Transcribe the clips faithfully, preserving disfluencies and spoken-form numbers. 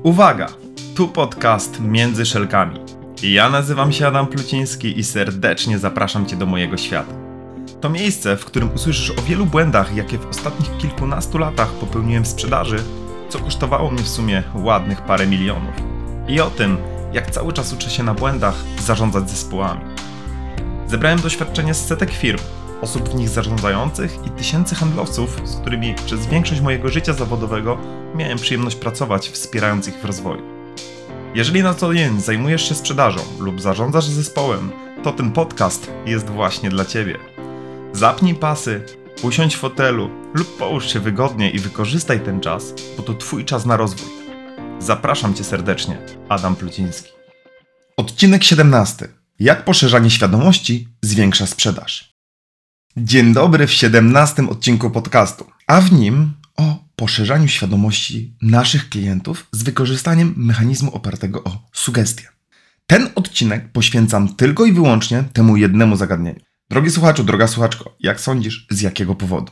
Uwaga! Tu podcast Między Szelkami. Ja nazywam się Adam Pluciński i serdecznie zapraszam Cię do mojego świata. To miejsce, w którym usłyszysz o wielu błędach, jakie w ostatnich kilkunastu latach popełniłem w sprzedaży, co kosztowało mnie w sumie ładnych parę milionów. I o tym, jak cały czas uczę się na błędach zarządzać zespołami. Zebrałem doświadczenie z setek firm, osób w nich zarządzających i tysięcy handlowców, z którymi przez większość mojego życia zawodowego miałem przyjemność pracować, wspierając ich w rozwoju. Jeżeli na co dzień zajmujesz się sprzedażą lub zarządzasz zespołem, to ten podcast jest właśnie dla Ciebie. Zapnij pasy, usiądź w fotelu lub połóż się wygodnie i wykorzystaj ten czas, bo to Twój czas na rozwój. Zapraszam Cię serdecznie, Adam Pluciński. Odcinek siedemnasty. Jak poszerzanie świadomości zwiększa sprzedaż? Dzień dobry w siedemnastym odcinku podcastu, a w nim o poszerzaniu świadomości naszych klientów z wykorzystaniem mechanizmu opartego o sugestie. Ten odcinek poświęcam tylko i wyłącznie temu jednemu zagadnieniu. Drogi słuchaczu, droga słuchaczko, jak sądzisz, z jakiego powodu?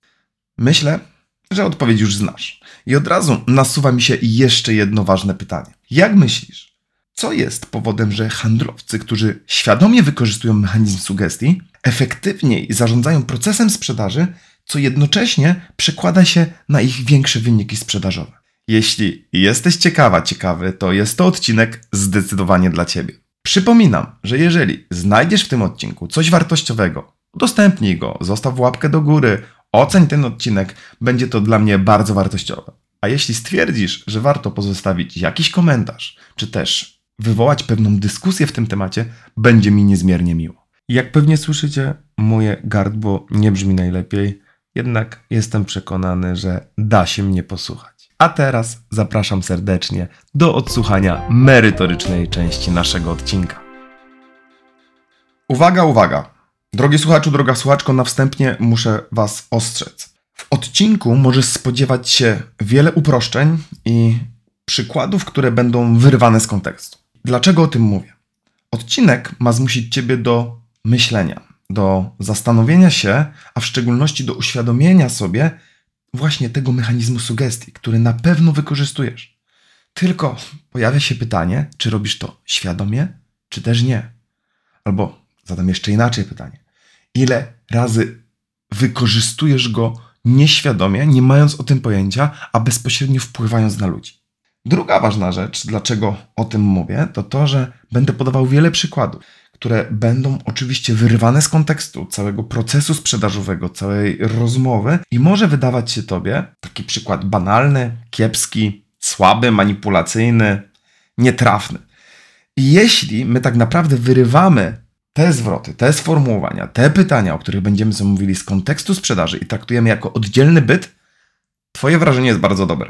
Myślę, że odpowiedź już znasz. I od razu nasuwa mi się jeszcze jedno ważne pytanie. Jak myślisz, co jest powodem, że handlowcy, którzy świadomie wykorzystują mechanizm sugestii, efektywniej zarządzają procesem sprzedaży, co jednocześnie przekłada się na ich większe wyniki sprzedażowe? Jeśli jesteś ciekawa, ciekawy, to jest to odcinek zdecydowanie dla Ciebie. Przypominam, że jeżeli znajdziesz w tym odcinku coś wartościowego, udostępnij go, zostaw łapkę do góry, oceń ten odcinek, będzie to dla mnie bardzo wartościowe. A jeśli stwierdzisz, że warto pozostawić jakiś komentarz, czy też wywołać pewną dyskusję w tym temacie, będzie mi niezmiernie miło. Jak pewnie słyszycie, moje gardło nie brzmi najlepiej, jednak jestem przekonany, że da się mnie posłuchać. A teraz zapraszam serdecznie do odsłuchania merytorycznej części naszego odcinka. Uwaga, uwaga! Drogi słuchaczu, droga słuchaczko, na wstępie muszę Was ostrzec. W odcinku możesz spodziewać się wiele uproszczeń i przykładów, które będą wyrwane z kontekstu. Dlaczego o tym mówię? Odcinek ma zmusić Ciebie do myślenia, do zastanowienia się, a w szczególności do uświadomienia sobie właśnie tego mechanizmu sugestii, który na pewno wykorzystujesz. Tylko pojawia się pytanie, czy robisz to świadomie, czy też nie. Albo zadam jeszcze inaczej pytanie. Ile razy wykorzystujesz go nieświadomie, nie mając o tym pojęcia, a bezpośrednio wpływając na ludzi? Druga ważna rzecz, dlaczego o tym mówię, to to, że będę podawał wiele przykładów, które będą oczywiście wyrwane z kontekstu całego procesu sprzedażowego, całej rozmowy i może wydawać się Tobie taki przykład banalny, kiepski, słaby, manipulacyjny, nietrafny. I jeśli my tak naprawdę wyrywamy te zwroty, te sformułowania, te pytania, o których będziemy sobie mówili z kontekstu sprzedaży i traktujemy jako oddzielny byt, Twoje wrażenie jest bardzo dobre.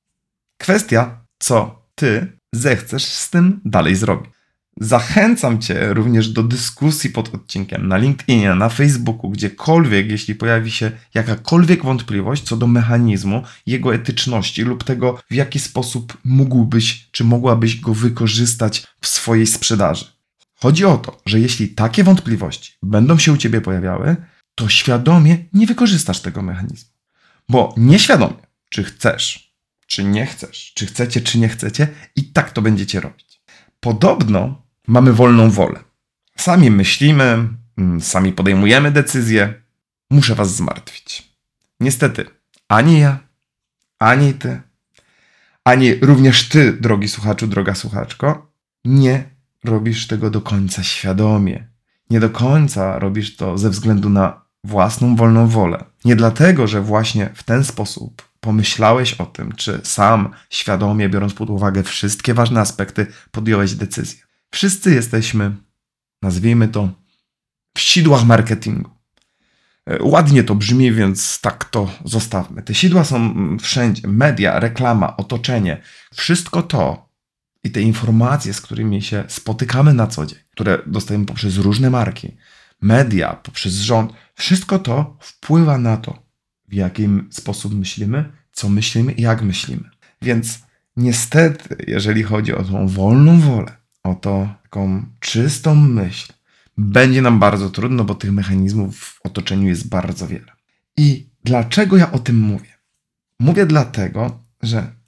Kwestia, co Ty zechcesz z tym dalej zrobić. Zachęcam Cię również do dyskusji pod odcinkiem na LinkedInie, na Facebooku, gdziekolwiek, jeśli pojawi się jakakolwiek wątpliwość co do mechanizmu, jego etyczności lub tego, w jaki sposób mógłbyś czy mogłabyś go wykorzystać w swojej sprzedaży. Chodzi o to, że jeśli takie wątpliwości będą się u Ciebie pojawiały, to świadomie nie wykorzystasz tego mechanizmu. Bo nieświadomie, czy chcesz, czy nie chcesz, czy chcecie, czy nie chcecie, i tak to będziecie robić. Podobno mamy wolną wolę. Sami myślimy, sami podejmujemy decyzje. Muszę Was zmartwić. Niestety, ani ja, ani Ty, ani również Ty, drogi słuchaczu, droga słuchaczko, nie robisz tego do końca świadomie. Nie do końca robisz to ze względu na własną wolną wolę. Nie dlatego, że właśnie w ten sposób pomyślałeś o tym, czy sam świadomie, biorąc pod uwagę wszystkie ważne aspekty, podjąłeś decyzję. Wszyscy jesteśmy, nazwijmy to, w sidłach marketingu. Ładnie to brzmi, więc tak to zostawmy. Te sidła są wszędzie. Media, reklama, otoczenie. Wszystko to i te informacje, z którymi się spotykamy na co dzień, które dostajemy poprzez różne marki, media, poprzez rząd, wszystko to wpływa na to, w jaki sposób myślimy, co myślimy i jak myślimy. Więc niestety, jeżeli chodzi o tą wolną wolę, o tą taką czystą myśl, będzie nam bardzo trudno, bo tych mechanizmów w otoczeniu jest bardzo wiele. I dlaczego ja o tym mówię? Mówię dlatego, że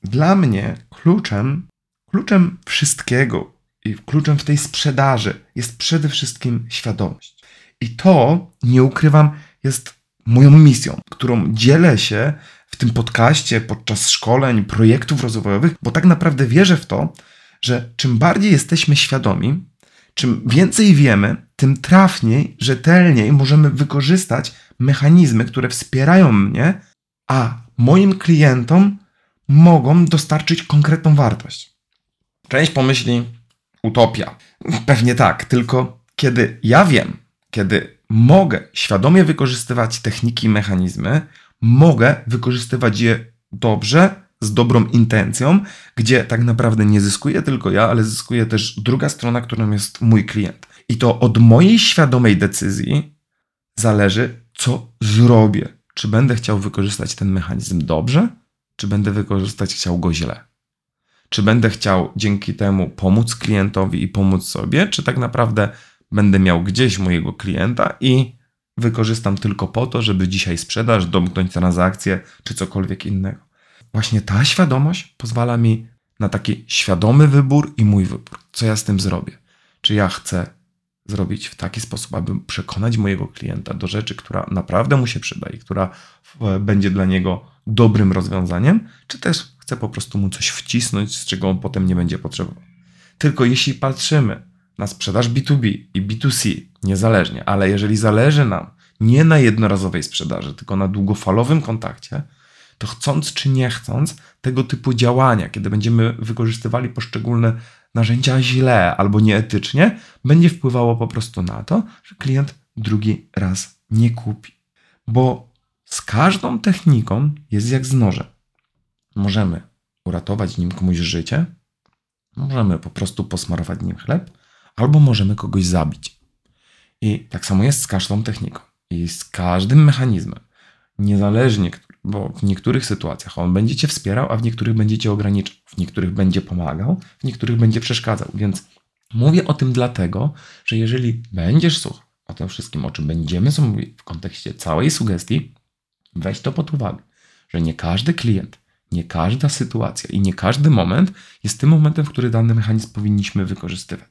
Dla mnie kluczem, kluczem wszystkiego i kluczem w tej sprzedaży jest przede wszystkim świadomość. I to, nie ukrywam, jest moją misją, którą dzielę się w tym podcaście, podczas szkoleń, projektów rozwojowych, bo tak naprawdę wierzę w to, że czym bardziej jesteśmy świadomi, czym więcej wiemy, tym trafniej, rzetelniej możemy wykorzystać mechanizmy, które wspierają mnie, a moim klientom mogą dostarczyć konkretną wartość. Część pomyśli utopia. Pewnie tak, tylko kiedy ja wiem, kiedy mogę świadomie wykorzystywać techniki i mechanizmy, mogę wykorzystywać je dobrze, z dobrą intencją, gdzie tak naprawdę nie zyskuję tylko ja, ale zyskuje też druga strona, którą jest mój klient. I to od mojej świadomej decyzji zależy, co zrobię. Czy będę chciał wykorzystać ten mechanizm dobrze, czy będę wykorzystać chciał go źle. Czy będę chciał dzięki temu pomóc klientowi i pomóc sobie, czy tak naprawdę będę miał gdzieś mojego klienta i wykorzystam tylko po to, żeby dzisiaj sprzedaż, domknąć transakcję, czy cokolwiek innego. Właśnie ta świadomość pozwala mi na taki świadomy wybór i mój wybór. Co ja z tym zrobię? Czy ja chcę zrobić w taki sposób, aby przekonać mojego klienta do rzeczy, która naprawdę mu się przyda i która będzie dla niego dobrym rozwiązaniem, czy też chcę po prostu mu coś wcisnąć, z czego on potem nie będzie potrzebował. Tylko jeśli patrzymy na sprzedaż B dwa B i B dwa C niezależnie, ale jeżeli zależy nam nie na jednorazowej sprzedaży, tylko na długofalowym kontakcie, to chcąc czy nie chcąc, tego typu działania, kiedy będziemy wykorzystywali poszczególne narzędzia źle albo nieetycznie, będzie wpływało po prostu na to, że klient drugi raz nie kupi. Bo z każdą techniką jest jak z nożem. Możemy uratować nim komuś życie, możemy po prostu posmarować nim chleb, albo możemy kogoś zabić. I tak samo jest z każdą techniką i z każdym mechanizmem. Niezależnie, bo w niektórych sytuacjach on będzie cię wspierał, a w niektórych będzie cię ograniczał, w niektórych będzie pomagał, w niektórych będzie przeszkadzał. Więc mówię o tym dlatego, że jeżeli będziesz słuchał o tym wszystkim, o czym będziemy sobie mówić w kontekście całej sugestii, weź to pod uwagę, że nie każdy klient, nie każda sytuacja i nie każdy moment jest tym momentem, w który dany mechanizm powinniśmy wykorzystywać.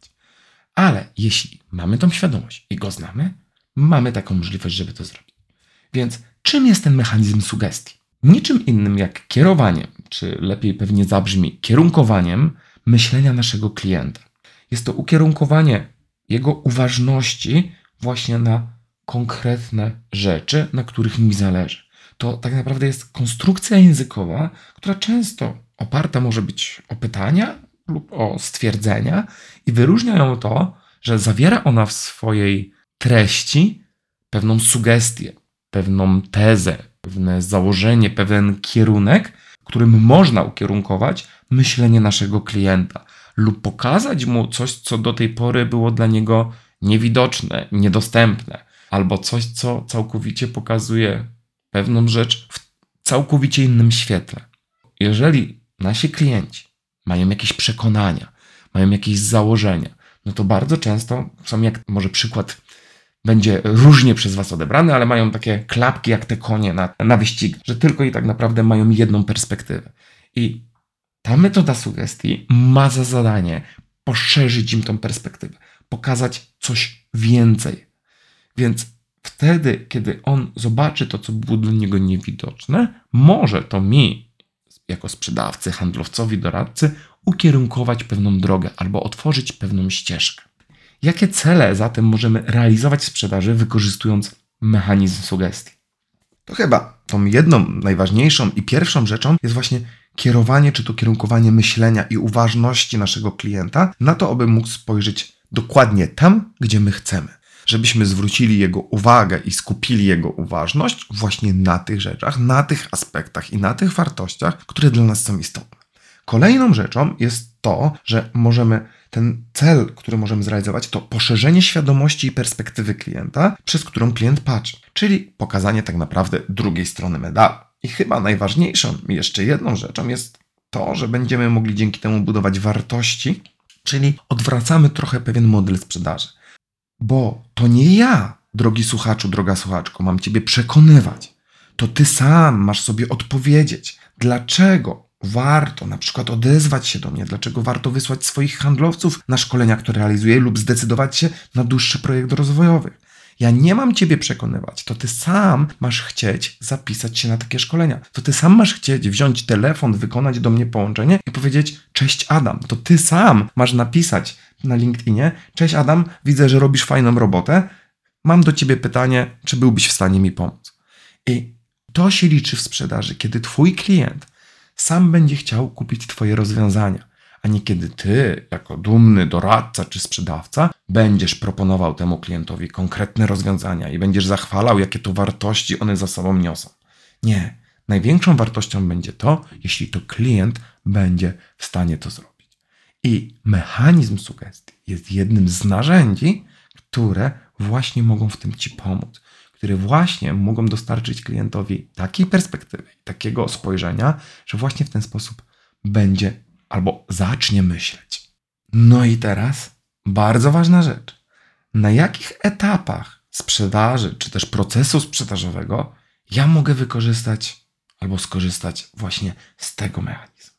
Ale jeśli mamy tą świadomość i go znamy, mamy taką możliwość, żeby to zrobić. Więc czym jest ten mechanizm sugestii? Niczym innym jak kierowaniem, czy lepiej pewnie zabrzmi, kierunkowaniem myślenia naszego klienta. Jest to ukierunkowanie jego uważności właśnie na konkretne rzeczy, na których mi zależy. To tak naprawdę jest konstrukcja językowa, która często oparta może być o pytania lub o stwierdzenia i wyróżnia ją to, że zawiera ona w swojej treści pewną sugestię, pewną tezę, pewne założenie, pewien kierunek, którym można ukierunkować myślenie naszego klienta lub pokazać mu coś, co do tej pory było dla niego niewidoczne, niedostępne, albo coś, co całkowicie pokazuje pewną rzecz w całkowicie innym świetle. Jeżeli nasi klienci mają jakieś przekonania, mają jakieś założenia, no to bardzo często są, jak może przykład będzie różnie przez was odebrany, ale mają takie klapki jak te konie na, na wyścig, że tylko i tak naprawdę mają jedną perspektywę. I ta metoda sugestii ma za zadanie poszerzyć im tą perspektywę, pokazać coś więcej. Więc wtedy, kiedy on zobaczy to, co było dla niego niewidoczne, może to mi, jako sprzedawcy, handlowcowi, doradcy, ukierunkować pewną drogę albo otworzyć pewną ścieżkę. Jakie cele zatem możemy realizować w sprzedaży, wykorzystując mechanizm sugestii? To chyba tą jedną, najważniejszą i pierwszą rzeczą jest właśnie kierowanie, czy to kierunkowanie myślenia i uważności naszego klienta na to, aby mógł spojrzeć dokładnie tam, gdzie my chcemy. Żebyśmy zwrócili jego uwagę i skupili jego uważność właśnie na tych rzeczach, na tych aspektach i na tych wartościach, które dla nas są istotne. Kolejną rzeczą jest to, że możemy ten cel, który możemy zrealizować, to poszerzenie świadomości i perspektywy klienta, przez którą klient patrzy. Czyli pokazanie tak naprawdę drugiej strony medalu. I chyba najważniejszą jeszcze jedną rzeczą jest to, że będziemy mogli dzięki temu budować wartości, czyli odwracamy trochę pewien model sprzedaży. Bo to nie ja, drogi słuchaczu, droga słuchaczko, mam ciebie przekonywać. To ty sam masz sobie odpowiedzieć, dlaczego warto na przykład odezwać się do mnie, dlaczego warto wysłać swoich handlowców na szkolenia, które realizuję lub zdecydować się na dłuższy projekt rozwojowy. Ja nie mam ciebie przekonywać, to ty sam masz chcieć zapisać się na takie szkolenia. To ty sam masz chcieć wziąć telefon, wykonać do mnie połączenie i powiedzieć: cześć Adam. To ty sam masz napisać na LinkedInie: cześć Adam, widzę, że robisz fajną robotę. Mam do ciebie pytanie, czy byłbyś w stanie mi pomóc? I to się liczy w sprzedaży, kiedy twój klient sam będzie chciał kupić twoje rozwiązania, a nie kiedy ty, jako dumny doradca czy sprzedawca, będziesz proponował temu klientowi konkretne rozwiązania i będziesz zachwalał, jakie to wartości one za sobą niosą. Nie. Największą wartością będzie to, jeśli to klient będzie w stanie to zrobić. I mechanizm sugestii jest jednym z narzędzi, które właśnie mogą w tym ci pomóc, które właśnie mogą dostarczyć klientowi takiej perspektywy, takiego spojrzenia, że właśnie w ten sposób będzie albo zacznie myśleć. No i teraz bardzo ważna rzecz. Na jakich etapach sprzedaży, czy też procesu sprzedażowego ja mogę wykorzystać albo skorzystać właśnie z tego mechanizmu?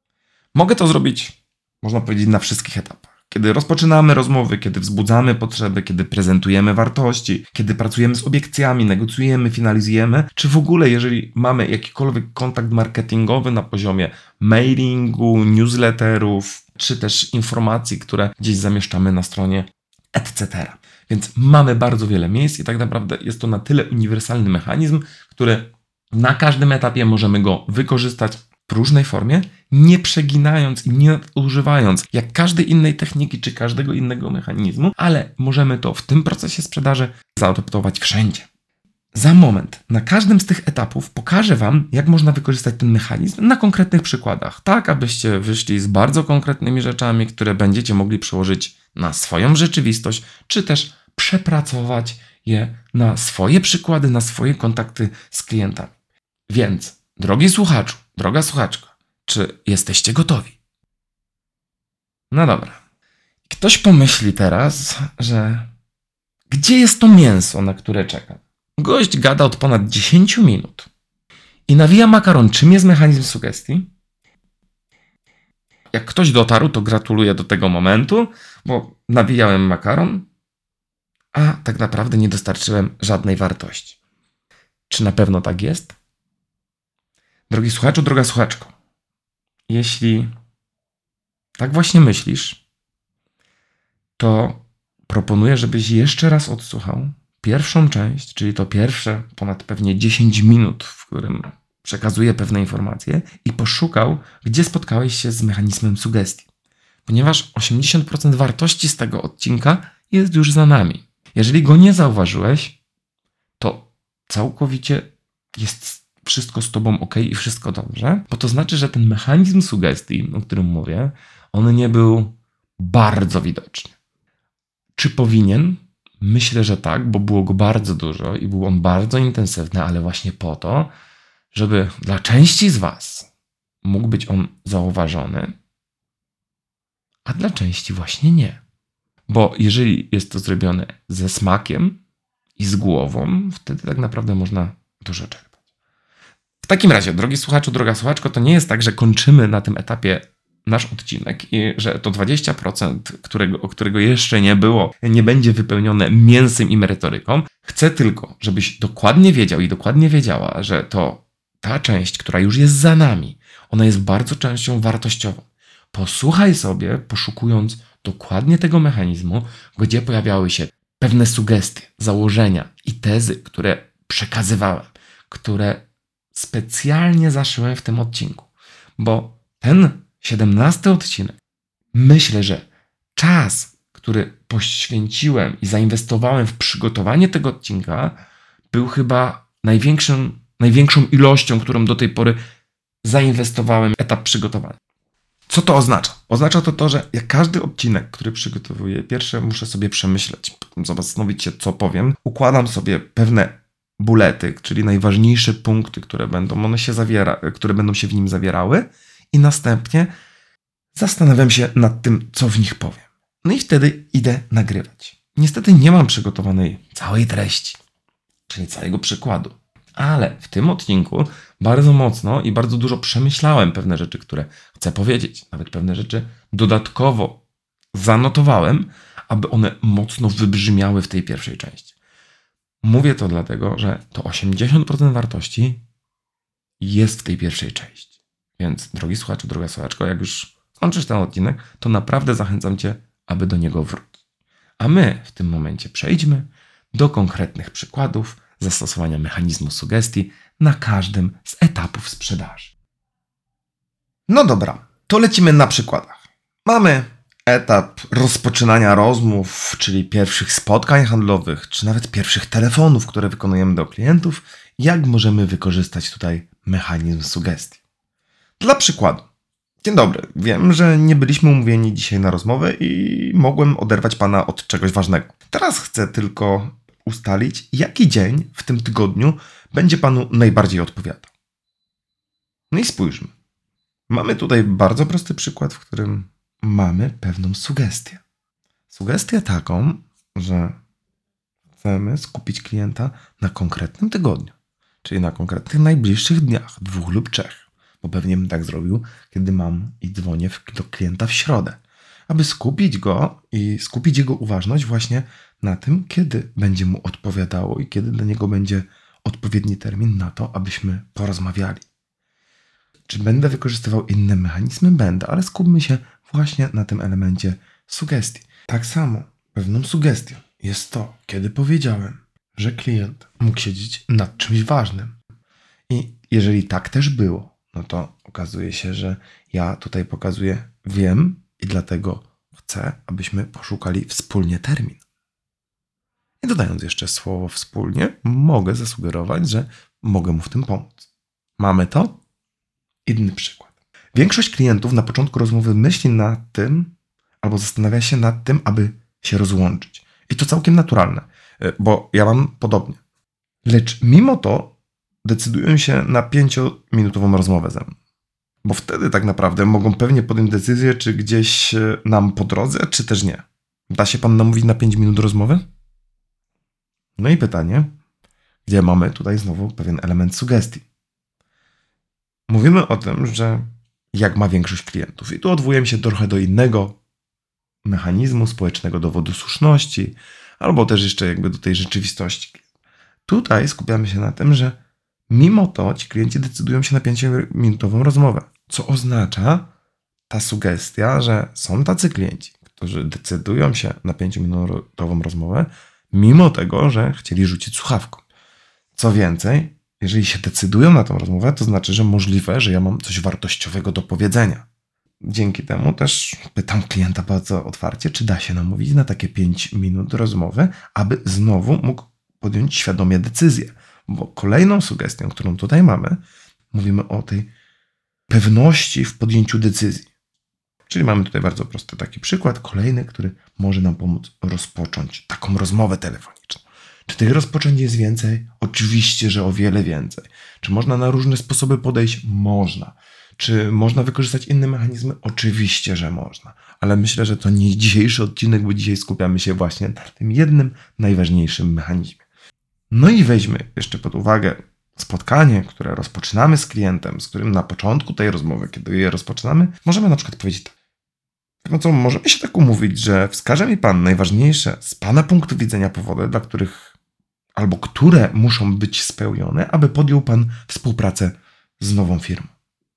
Mogę to zrobić, można powiedzieć, na wszystkich etapach. Kiedy rozpoczynamy rozmowy, kiedy wzbudzamy potrzeby, kiedy prezentujemy wartości, kiedy pracujemy z obiekcjami, negocjujemy, finalizujemy, czy w ogóle jeżeli mamy jakikolwiek kontakt marketingowy na poziomie mailingu, newsletterów, czy też informacji, które gdzieś zamieszczamy na stronie, et cetera. Więc mamy bardzo wiele miejsc i tak naprawdę jest to na tyle uniwersalny mechanizm, który na każdym etapie możemy go wykorzystać w różnej formie, nie przeginając i nie używając jak każdej innej techniki czy każdego innego mechanizmu, ale możemy to w tym procesie sprzedaży zaadoptować wszędzie. Za moment na każdym z tych etapów pokażę Wam, jak można wykorzystać ten mechanizm na konkretnych przykładach, tak abyście wyszli z bardzo konkretnymi rzeczami, które będziecie mogli przełożyć na swoją rzeczywistość, czy też przepracować je na swoje przykłady, na swoje kontakty z klientami. Więc, drogi słuchaczu, droga słuchaczko, czy jesteście gotowi? No dobra. Ktoś pomyśli teraz, że gdzie jest to mięso, na które czekam? Gość gada od ponad dziesięć minut i nawija makaron. Czym jest mechanizm sugestii? Jak ktoś dotarł, to gratuluję do tego momentu, bo nawijałem makaron, a tak naprawdę nie dostarczyłem żadnej wartości. Czy na pewno tak jest? Drogi słuchaczu, droga słuchaczko, jeśli tak właśnie myślisz, to proponuję, żebyś jeszcze raz odsłuchał pierwszą część, czyli to pierwsze ponad pewnie dziesięć minut, w którym przekazuję pewne informacje i poszukał, gdzie spotkałeś się z mechanizmem sugestii. Ponieważ osiemdziesiąt procent wartości z tego odcinka jest już za nami. Jeżeli go nie zauważyłeś, to całkowicie jest wszystko z tobą ok i wszystko dobrze, bo to znaczy, że ten mechanizm sugestii, o którym mówię, on nie był bardzo widoczny. Czy powinien? Myślę, że tak, bo było go bardzo dużo i był on bardzo intensywny, ale właśnie po to, żeby dla części z was mógł być on zauważony, a dla części właśnie nie. Bo jeżeli jest to zrobione ze smakiem i z głową, wtedy tak naprawdę można dużo czerpać. W takim razie, drogi słuchaczu, droga słuchaczko, to nie jest tak, że kończymy na tym etapie nasz odcinek i że to dwadzieścia procent, którego, o którego jeszcze nie było, nie będzie wypełnione mięsem i merytoryką. Chcę tylko, żebyś dokładnie wiedział i dokładnie wiedziała, że to ta część, która już jest za nami, ona jest bardzo częścią wartościową. Posłuchaj sobie, poszukując dokładnie tego mechanizmu, gdzie pojawiały się pewne sugestie, założenia i tezy, które przekazywałem, które specjalnie zaszyłem w tym odcinku. Bo ten siedemnasty odcinek, myślę, że czas, który poświęciłem i zainwestowałem w przygotowanie tego odcinka, był chyba największym, największą ilością, którą do tej pory zainwestowałem w etap przygotowania. Co to oznacza? Oznacza to to, że jak każdy odcinek, który przygotowuję, pierwsze muszę sobie przemyśleć, zastanowić się, co powiem. Układam sobie pewne bulety, czyli najważniejsze punkty, które będą, one się zawiera, które będą się w nim zawierały i następnie zastanawiam się nad tym, co w nich powiem. No i wtedy idę nagrywać. Niestety nie mam przygotowanej całej treści, czyli całego przykładu, Ale w tym odcinku bardzo mocno i bardzo dużo przemyślałem pewne rzeczy, które chcę powiedzieć. Nawet pewne rzeczy dodatkowo zanotowałem, aby one mocno wybrzmiały w tej pierwszej części. Mówię to dlatego, że to osiemdziesiąt procent wartości jest w tej pierwszej części. Więc drogi słuchaczu, droga słuchaczko, jak już skończysz ten odcinek, to naprawdę zachęcam Cię, aby do niego wrócić. A my w tym momencie przejdźmy do konkretnych przykładów zastosowania mechanizmu sugestii na każdym z etapów sprzedaży. No dobra, to lecimy na przykładach. Mamy etap rozpoczynania rozmów, czyli pierwszych spotkań handlowych, czy nawet pierwszych telefonów, które wykonujemy do klientów. Jak możemy wykorzystać tutaj mechanizm sugestii? Dla przykładu. Dzień dobry, wiem, że nie byliśmy umówieni dzisiaj na rozmowę i mogłem oderwać Pana od czegoś ważnego. Teraz chcę tylko ustalić, jaki dzień w tym tygodniu będzie Panu najbardziej odpowiadał. No i spójrzmy. Mamy tutaj bardzo prosty przykład, w którym mamy pewną sugestię. Sugestię taką, że chcemy skupić klienta na konkretnym tygodniu, czyli na konkretnych najbliższych dniach, dwóch lub trzech. Bo pewnie bym tak zrobił, kiedy mam i dzwonię do klienta w środę, aby skupić go i skupić jego uważność właśnie na tym, kiedy będzie mu odpowiadało i kiedy dla niego będzie odpowiedni termin na to, abyśmy porozmawiali. Czy będę wykorzystywał inne mechanizmy? Będę, ale skupmy się właśnie na tym elemencie sugestii. Tak samo pewną sugestią jest to, kiedy powiedziałem, że klient mógł siedzieć nad czymś ważnym. I jeżeli tak też było, no to okazuje się, że ja tutaj pokazuję, wiem i dlatego chcę, abyśmy poszukali wspólnie termin. I dodając jeszcze słowo wspólnie, mogę zasugerować, że mogę mu w tym pomóc. Mamy to? Inny przykład. Większość klientów na początku rozmowy myśli nad tym, albo zastanawia się nad tym, aby się rozłączyć. I to całkiem naturalne, bo ja mam podobnie. Lecz mimo to decydują się na pięciominutową rozmowę ze mną. Bo wtedy tak naprawdę mogą pewnie podjąć decyzję, czy gdzieś nam po drodze, czy też nie. Da się Pan namówić na pięć minut rozmowy? No i pytanie, gdzie mamy tutaj znowu pewien element sugestii. Mówimy o tym, że jak ma większość klientów. I tu odwołujemy się trochę do innego mechanizmu społecznego dowodu słuszności, albo też jeszcze jakby do tej rzeczywistości. Tutaj skupiamy się na tym, że mimo to ci klienci decydują się na pięciominutową rozmowę. Co oznacza ta sugestia, że są tacy klienci, którzy decydują się na pięciominutową rozmowę, mimo tego, że chcieli rzucić słuchawką. Co więcej, jeżeli się decydują na tę rozmowę, to znaczy, że możliwe, że ja mam coś wartościowego do powiedzenia. Dzięki temu też pytam klienta bardzo otwarcie, czy da się namówić na takie pięć minut rozmowy, aby znowu mógł podjąć świadomie decyzję. Bo kolejną sugestią, którą tutaj mamy, mówimy o tej pewności w podjęciu decyzji. Czyli mamy tutaj bardzo prosty taki przykład, kolejny, który może nam pomóc rozpocząć taką rozmowę telefoniczną. Czy tych rozpoczęć jest więcej? Oczywiście, że o wiele więcej. Czy można na różne sposoby podejść? Można. Czy można wykorzystać inne mechanizmy? Oczywiście, że można. Ale myślę, że to nie dzisiejszy odcinek, bo dzisiaj skupiamy się właśnie na tym jednym najważniejszym mechanizmie. No i weźmy jeszcze pod uwagę spotkanie, które rozpoczynamy z klientem, z którym na początku tej rozmowy, kiedy je rozpoczynamy, możemy na przykład powiedzieć tak. No co, możemy się tak umówić, że wskaże mi Pan najważniejsze z Pana punktu widzenia powody, dla których albo które muszą być spełnione, aby podjął Pan współpracę z nową firmą.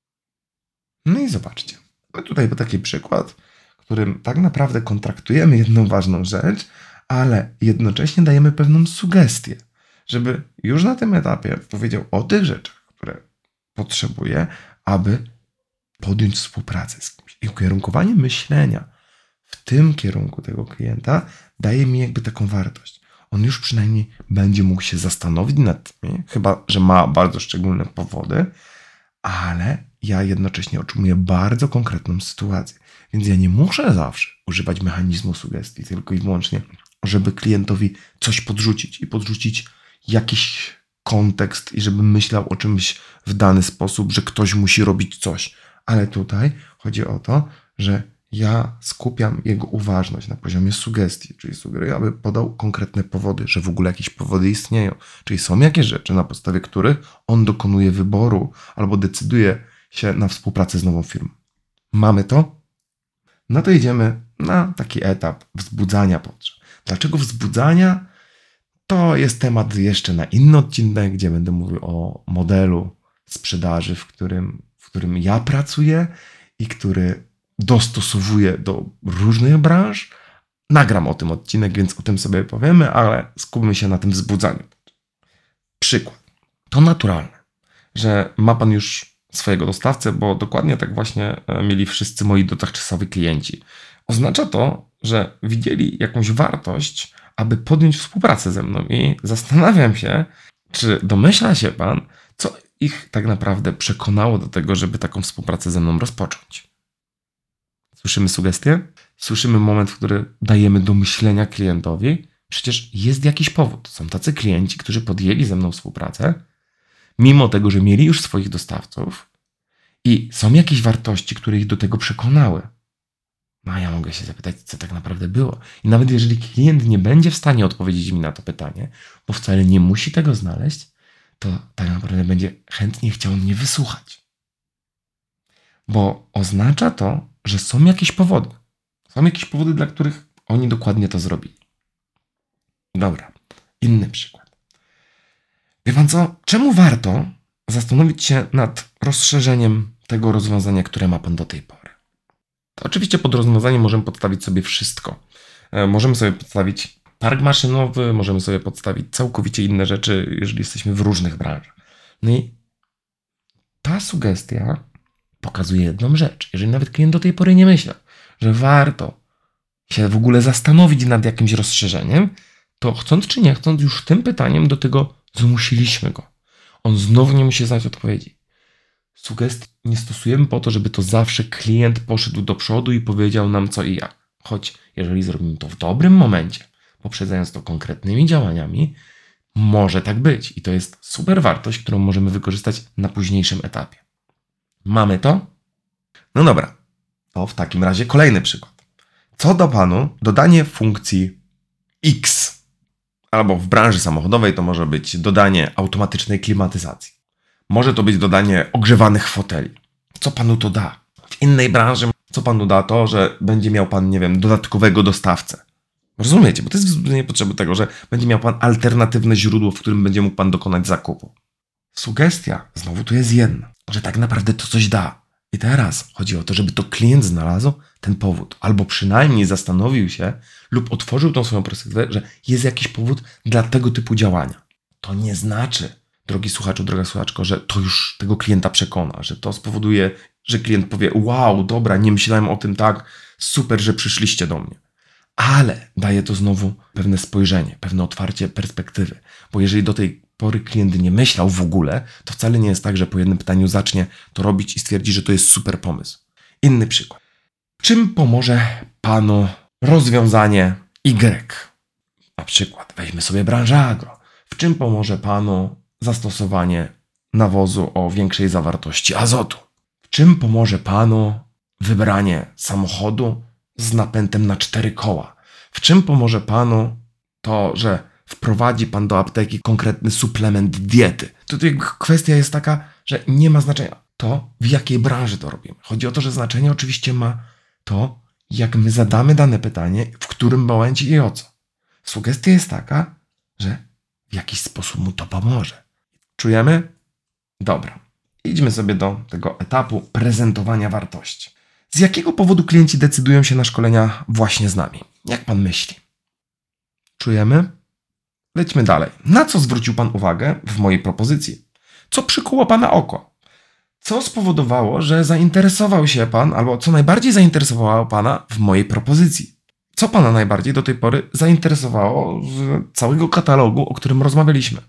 No i zobaczcie. My tutaj był taki przykład, w którym tak naprawdę kontraktujemy jedną ważną rzecz, ale jednocześnie dajemy pewną sugestię, żeby już na tym etapie powiedział o tych rzeczach, które potrzebuje, aby podjąć współpracę z kimś. I ukierunkowanie myślenia w tym kierunku tego klienta daje mi jakby taką wartość. On już przynajmniej będzie mógł się zastanowić nad tym, chyba że ma bardzo szczególne powody, ale ja jednocześnie otrzymuję bardzo konkretną sytuację. Więc ja nie muszę zawsze używać mechanizmu sugestii, tylko i wyłącznie, żeby klientowi coś podrzucić i podrzucić jakiś kontekst i żeby myślał o czymś w dany sposób, że ktoś musi robić coś. Ale tutaj chodzi o to, że Ja skupiam jego uważność na poziomie sugestii, czyli sugeruję, aby podał konkretne powody, że w ogóle jakieś powody istnieją. Czyli są jakieś rzeczy, na podstawie których on dokonuje wyboru albo decyduje się na współpracę z nową firmą. Mamy to? No to idziemy na taki etap wzbudzania potrzeb. Dlaczego wzbudzania? To jest temat jeszcze na inny odcinek, gdzie będę mówił o modelu sprzedaży, w którym, w którym ja pracuję i który dostosowuję do różnych branż. Nagram o tym odcinek, więc o tym sobie powiemy, ale skupmy się na tym wzbudzaniu. Przykład. To naturalne, że ma pan już swojego dostawcę, bo dokładnie tak właśnie mieli wszyscy moi dotychczasowi klienci. Oznacza to, że widzieli jakąś wartość, aby podjąć współpracę ze mną i zastanawiam się, czy domyśla się pan, co ich tak naprawdę przekonało do tego, żeby taką współpracę ze mną rozpocząć. Słyszymy sugestię? Słyszymy moment, w którym dajemy do myślenia klientowi. Przecież jest jakiś powód. Są tacy klienci, którzy podjęli ze mną współpracę, mimo tego, że mieli już swoich dostawców i są jakieś wartości, które ich do tego przekonały. No a ja mogę się zapytać, co tak naprawdę było. I nawet jeżeli klient nie będzie w stanie odpowiedzieć mi na to pytanie, bo wcale nie musi tego znaleźć, to tak naprawdę będzie chętnie chciał mnie wysłuchać. Bo oznacza to, że są jakieś powody. Są jakieś powody, dla których oni dokładnie to zrobili. Dobra, inny przykład. Wie pan co? Czemu warto zastanowić się nad rozszerzeniem tego rozwiązania, które ma pan do tej pory? To oczywiście pod rozwiązaniem możemy podstawić sobie wszystko. E, możemy sobie podstawić park maszynowy, możemy sobie podstawić całkowicie inne rzeczy, jeżeli jesteśmy w różnych branżach. No i ta sugestia pokazuje jedną rzecz. Jeżeli nawet klient do tej pory nie myślał, że warto się w ogóle zastanowić nad jakimś rozszerzeniem, to chcąc czy nie chcąc, już tym pytaniem do tego zmusiliśmy go. On znowu nie musi znać odpowiedzi. Sugestii nie stosujemy po to, żeby to zawsze klient poszedł do przodu i powiedział nam co i jak. Choć jeżeli zrobimy to w dobrym momencie, poprzedzając to konkretnymi działaniami, może tak być. I to jest super wartość, którą możemy wykorzystać na późniejszym etapie. Mamy to? No dobra. To w takim razie kolejny przykład. Co do panu dodanie funkcji X, albo w branży samochodowej to może być dodanie automatycznej klimatyzacji. Może to być dodanie ogrzewanych foteli. Co panu to da? W innej branży co panu da to, że będzie miał pan, nie wiem, dodatkowego dostawcę. Rozumiecie? Bo to jest wzbudzenie potrzeby tego, że będzie miał pan alternatywne źródło, w którym będzie mógł pan dokonać zakupu. Sugestia, znowu tu jest jedna, że tak naprawdę to coś da. I teraz chodzi o to, żeby to klient znalazł ten powód, albo przynajmniej zastanowił się lub otworzył tą swoją perspektywę, że jest jakiś powód dla tego typu działania. To nie znaczy, drogi słuchaczu, droga słuchaczko, że to już tego klienta przekona, że to spowoduje, że klient powie: wow, dobra, nie myślałem o tym tak, super, że przyszliście do mnie. Ale daje to znowu pewne spojrzenie, pewne otwarcie perspektywy, bo jeżeli do tej pory klient nie myślał w ogóle, to wcale nie jest tak, że po jednym pytaniu zacznie to robić i stwierdzi, że to jest super pomysł. Inny przykład. Czym pomoże panu rozwiązanie Y? Na przykład weźmy sobie branżę agro. W czym pomoże panu zastosowanie nawozu o większej zawartości azotu? W czym pomoże panu wybranie samochodu z napędem na cztery koła? W czym pomoże panu to, że wprowadzi pan do apteki konkretny suplement diety? Tutaj kwestia jest taka, że nie ma znaczenia to, w jakiej branży to robimy. Chodzi o to, że znaczenie oczywiście ma to, jak my zadamy dane pytanie, w którym momencie i o co. Sugestia jest taka, że w jakiś sposób mu to pomoże. Czujemy? Dobra. Idźmy sobie do tego etapu prezentowania wartości. Z jakiego powodu klienci decydują się na szkolenia właśnie z nami? Jak pan myśli? Czujemy? Lećmy dalej. Na co zwrócił pan uwagę w mojej propozycji? Co przykuło pana oko? Co spowodowało, że zainteresował się pan, albo co najbardziej zainteresowało pana w mojej propozycji? Co pana najbardziej do tej pory zainteresowało z całego katalogu, o którym rozmawialiśmy?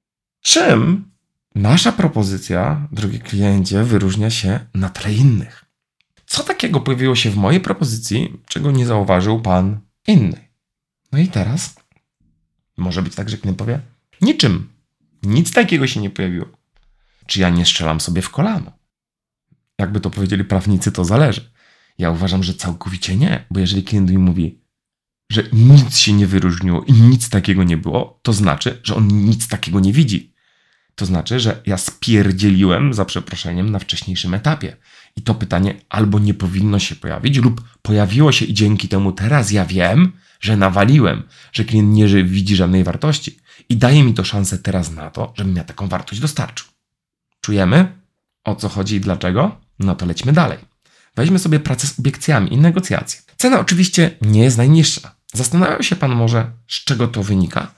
Czym nasza propozycja, drogi kliencie, wyróżnia się na tle innych? Co takiego pojawiło się w mojej propozycji, czego nie zauważył pan inny? No i teraz może być tak, że klient powie: niczym. Nic takiego się nie pojawiło. Czy ja nie strzelam sobie w kolano? Jakby to powiedzieli prawnicy, to zależy. Ja uważam, że całkowicie nie, bo jeżeli klient mi mówi, że nic się nie wyróżniło i nic takiego nie było, to znaczy, że on nic takiego nie widzi. To znaczy, że ja spierdzieliłem, za przeproszeniem, na wcześniejszym etapie. I to pytanie albo nie powinno się pojawić, lub pojawiło się i dzięki temu teraz ja wiem, że nawaliłem, że klient nie widzi żadnej wartości. I daje mi to szansę teraz na to, żebym ja taką wartość dostarczył. Czujemy, o co chodzi i dlaczego? No to lećmy dalej. Weźmy sobie pracę z obiekcjami i negocjacje. Cena oczywiście nie jest najniższa. Zastanawiał się pan może, z czego to wynika?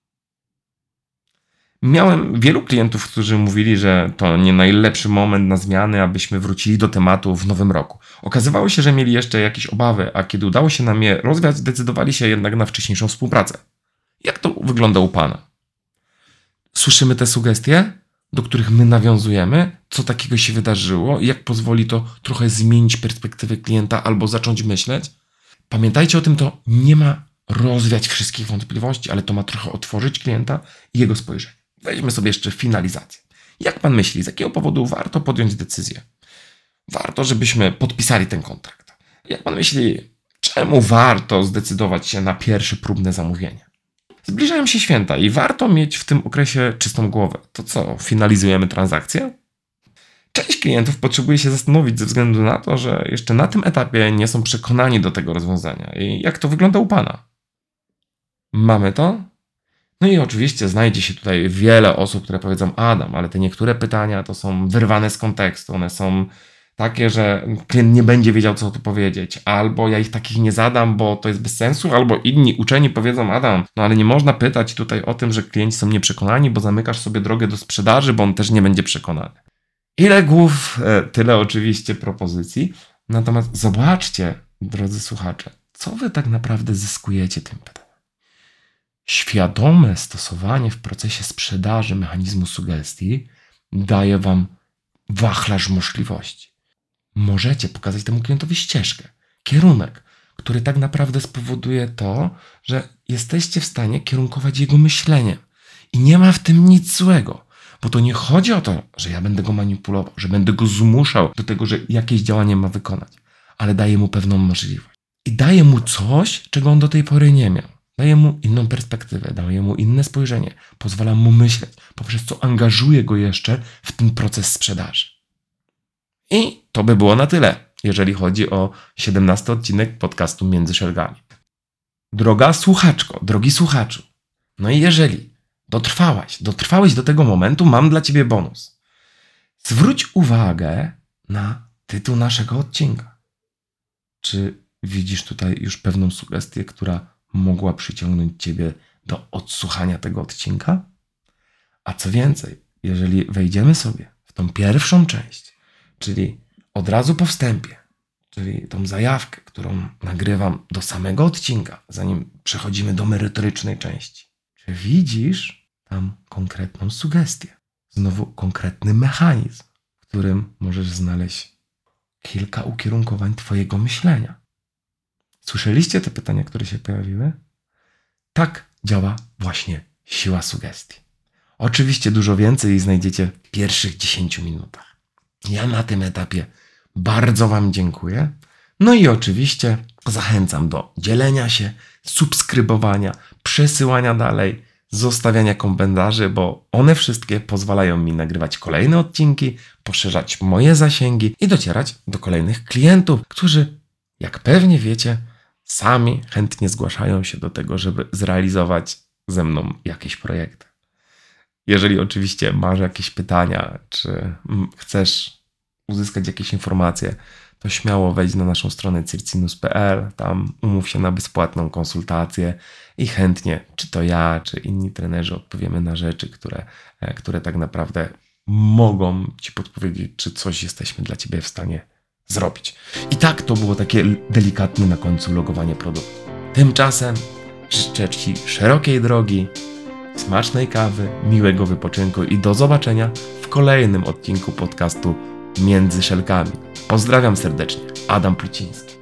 Miałem wielu klientów, którzy mówili, że to nie najlepszy moment na zmiany, abyśmy wrócili do tematu w nowym roku. Okazywało się, że mieli jeszcze jakieś obawy, a kiedy udało się nam je rozwiać, zdecydowali się jednak na wcześniejszą współpracę. Jak to wygląda u pana? Słyszymy te sugestie, do których my nawiązujemy, co takiego się wydarzyło i jak pozwoli to trochę zmienić perspektywę klienta albo zacząć myśleć. Pamiętajcie o tym, to nie ma rozwiać wszystkich wątpliwości, ale to ma trochę otworzyć klienta i jego spojrzenie. Weźmy sobie jeszcze finalizację. Jak pan myśli, z jakiego powodu warto podjąć decyzję? Warto, żebyśmy podpisali ten kontrakt. Jak pan myśli, czemu warto zdecydować się na pierwsze próbne zamówienie? Zbliżają się święta i warto mieć w tym okresie czystą głowę. To co, finalizujemy transakcję? Część klientów potrzebuje się zastanowić ze względu na to, że jeszcze na tym etapie nie są przekonani do tego rozwiązania. I jak to wygląda u pana? Mamy to? No i oczywiście znajdzie się tutaj wiele osób, które powiedzą: Adam, ale te niektóre pytania to są wyrwane z kontekstu. One są takie, że klient nie będzie wiedział, co tu powiedzieć. Albo ja ich takich nie zadam, bo to jest bez sensu. Albo inni uczeni powiedzą: Adam, no ale nie można pytać tutaj o tym, że klienci są nieprzekonani, bo zamykasz sobie drogę do sprzedaży, bo on też nie będzie przekonany. Ile głów, tyle oczywiście propozycji. Natomiast zobaczcie, drodzy słuchacze, co wy tak naprawdę zyskujecie tym pytaniem. Świadome stosowanie w procesie sprzedaży mechanizmu sugestii daje wam wachlarz możliwości. Możecie pokazać temu klientowi ścieżkę, kierunek, który tak naprawdę spowoduje to, że jesteście w stanie kierunkować jego myśleniem. I nie ma w tym nic złego, bo to nie chodzi o to, że ja będę go manipulował, że będę go zmuszał do tego, że jakieś działanie ma wykonać, ale daję mu pewną możliwość. I daję mu coś, czego on do tej pory nie miał. Daję mu inną perspektywę, daję mu inne spojrzenie, pozwalam mu myśleć, poprzez co angażuję go jeszcze w ten proces sprzedaży. I to by było na tyle, jeżeli chodzi o siedemnasty odcinek podcastu Między Szelgami. Droga słuchaczko, drogi słuchaczu, no i jeżeli dotrwałaś, dotrwałeś do tego momentu, mam dla ciebie bonus. Zwróć uwagę na tytuł naszego odcinka. Czy widzisz tutaj już pewną sugestię, która mogła przyciągnąć ciebie do odsłuchania tego odcinka? A co więcej, jeżeli wejdziemy sobie w tą pierwszą część, czyli od razu po wstępie, czyli tą zajawkę, którą nagrywam do samego odcinka, zanim przechodzimy do merytorycznej części, czy widzisz tam konkretną sugestię? Znowu konkretny mechanizm, w którym możesz znaleźć kilka ukierunkowań twojego myślenia. Słyszeliście te pytania, które się pojawiły? Tak działa właśnie siła sugestii. Oczywiście dużo więcej znajdziecie w pierwszych dziesięciu minutach. Ja na tym etapie bardzo wam dziękuję. No i oczywiście zachęcam do dzielenia się, subskrybowania, przesyłania dalej, zostawiania komentarzy, bo one wszystkie pozwalają mi nagrywać kolejne odcinki, poszerzać moje zasięgi i docierać do kolejnych klientów, którzy, jak pewnie wiecie, sami chętnie zgłaszają się do tego, żeby zrealizować ze mną jakieś projekty. Jeżeli oczywiście masz jakieś pytania, czy chcesz uzyskać jakieś informacje, to śmiało wejdź na naszą stronę circinus kropka p l, tam umów się na bezpłatną konsultację i chętnie, czy to ja, czy inni trenerzy odpowiemy na rzeczy, które, które tak naprawdę mogą ci podpowiedzieć, czy coś jesteśmy dla ciebie w stanie zrobić. I tak to było takie delikatne na końcu logowanie produktu. Tymczasem życzę ci szerokiej drogi, smacznej kawy, miłego wypoczynku i do zobaczenia w kolejnym odcinku podcastu Między Szelkami. Pozdrawiam serdecznie, Adam Pluciński.